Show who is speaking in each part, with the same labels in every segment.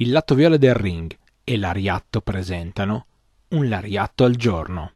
Speaker 1: Il lato viola del ring e l'Ariatto presentano Un Lariatto al giorno.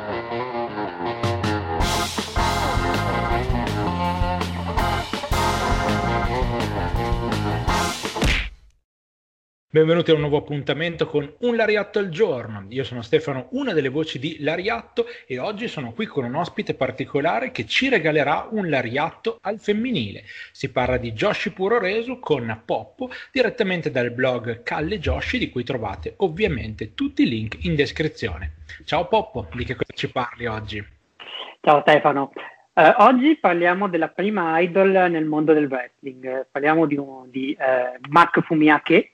Speaker 1: Benvenuti a un nuovo appuntamento con Un Lariatto al giorno. Io sono Stefano, una delle voci di Lariatto, e oggi sono qui con un ospite particolare che ci regalerà un lariatto al femminile. Si parla di Joshi Puroresu con Poppo, direttamente dal blog Calle Joshi, di cui trovate ovviamente tutti i link in descrizione. Ciao Poppo, di che cosa ci parli oggi?
Speaker 2: Ciao Stefano. Oggi parliamo della prima idol nel mondo del wrestling. Parliamo di Mak Fumiake.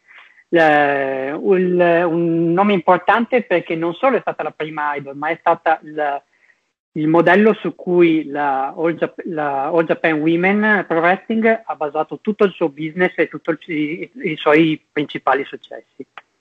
Speaker 2: Un nome importante perché non solo è stata la prima idol, ma è stata il modello su cui la All Japan Women Pro Wrestling ha basato tutto il suo business e tutti i suoi principali successi.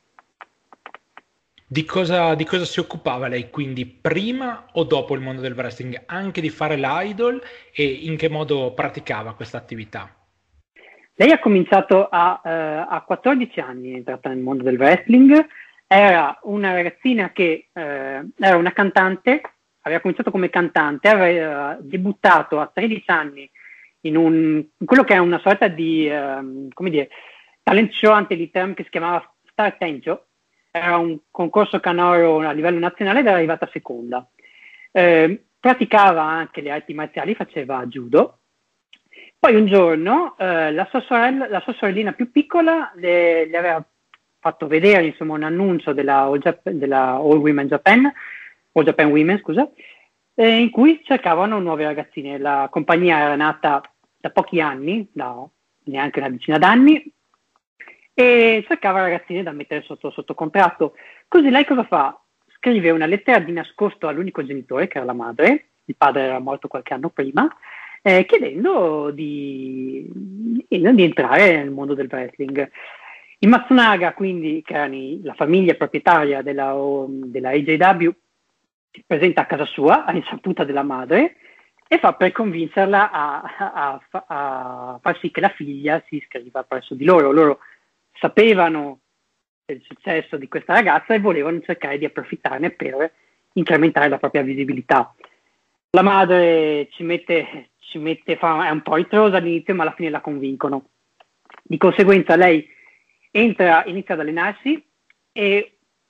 Speaker 1: Di cosa si occupava lei, quindi prima o dopo il mondo del wrestling? Anche di fare l'idol, e in che modo praticava questa attività?
Speaker 2: Lei ha cominciato a 14 anni, è entrata nel mondo del wrestling. Era una ragazzina che era una cantante, aveva cominciato come cantante, aveva debuttato a 13 anni in quello che è una sorta di talent show ante litteram che si chiamava Star Tenjo. Era un concorso canoro a livello nazionale ed era arrivata seconda. Praticava anche le arti marziali, faceva judo. Poi un giorno la sua sorellina più piccola le aveva fatto vedere, insomma, un annuncio della All Japan Women, scusa, in cui cercavano nuove ragazzine. La compagnia era nata da pochi anni, da neanche una decina d'anni, e cercava ragazzine da mettere sotto contratto. Così lei cosa fa? Scrive una lettera di nascosto all'unico genitore, che era la madre. Il padre era morto qualche anno prima, chiedendo di entrare nel mondo del wrestling. I Matsunaga, quindi, che erano la famiglia proprietaria della AJW, si presenta a casa sua, a insaputa della madre, e fa per convincerla a far sì che la figlia si iscriva presso di loro. Loro sapevano del successo di questa ragazza e volevano cercare di approfittarne per incrementare la propria visibilità. La madre è un po' ritrosa all'inizio, ma alla fine la convincono. Di conseguenza lei inizia ad allenarsi ed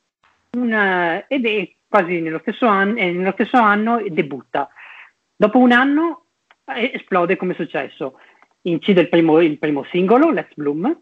Speaker 2: è quasi nello stesso anno debutta. Dopo un anno esplode come successo. Incide il primo singolo, Let's Bloom,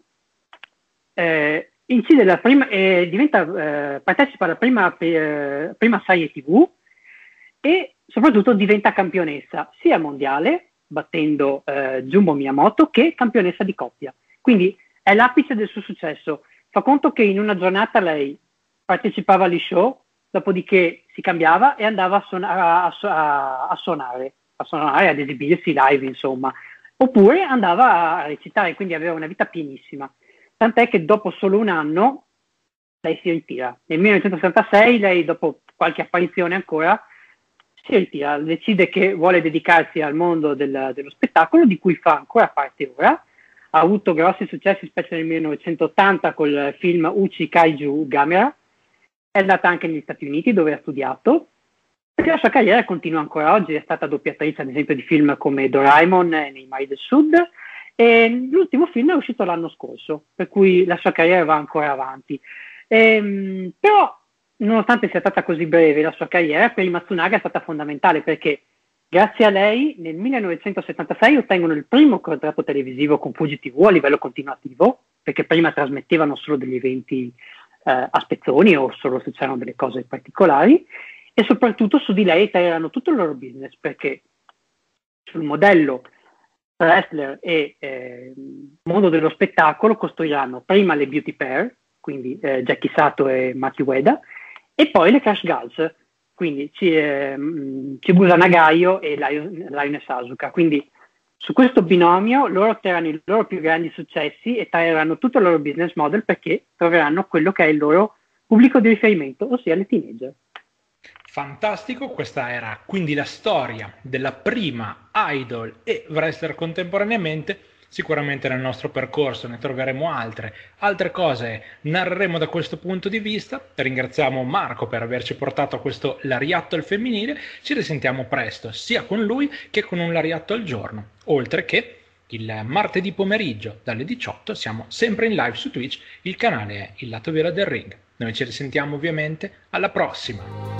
Speaker 2: partecipa alla prima serie TV e soprattutto diventa campionessa sia mondiale, battendo Jumbo Miyamoto, che campionessa di coppia. Quindi è l'apice del suo successo. Fa conto che in una giornata lei partecipava agli show, dopodiché si cambiava e andava a suonare, ad esibirsi live, insomma. Oppure andava a recitare, quindi aveva una vita pienissima. Tant'è che dopo solo un anno lei si ritira. Nel 1976 lei, dopo qualche apparizione ancora, si ritira, decide che vuole dedicarsi al mondo dello spettacolo, di cui fa ancora parte ora. Ha avuto grossi successi, specie nel 1980 col film Uchi Kaiju Gamera. È andata anche negli Stati Uniti, dove ha studiato, e la sua carriera continua ancora oggi. È stata doppiatrice, ad esempio, di film come Doraemon nei Mari del Sud, e l'ultimo film è uscito l'anno scorso, per cui la sua carriera va ancora avanti. Però, nonostante sia stata così breve la sua carriera, per i Matsunaga è stata fondamentale, perché grazie a lei nel 1976 ottengono il primo contratto televisivo con Fuji TV a livello continuativo, perché prima trasmettevano solo degli eventi a spezzoni o solo se c'erano delle cose particolari, e soprattutto su di lei erano tutto il loro business, perché sul modello wrestler e mondo dello spettacolo costruiranno prima le beauty pair, quindi Jackie Sato e Maki Ueda, e poi le Crash Girls, quindi Chibusa Nagayo e Lioness Asuka. Quindi su questo binomio loro otterranno i loro più grandi successi e trarranno tutto il loro business model, perché troveranno quello che è il loro pubblico di riferimento, ossia le teenager.
Speaker 1: Fantastico, questa era quindi la storia della prima idol e wrestler contemporaneamente. Sicuramente nel nostro percorso ne troveremo altre cose narreremo da questo punto di vista. Ringraziamo Marco per averci portato a questo Lariatto al femminile, ci risentiamo presto sia con lui che con un Lariatto al giorno, oltre che il martedì pomeriggio dalle 18 siamo sempre in live su Twitch, il canale è Il Lato Vero del Ring. Noi ci risentiamo ovviamente alla prossima.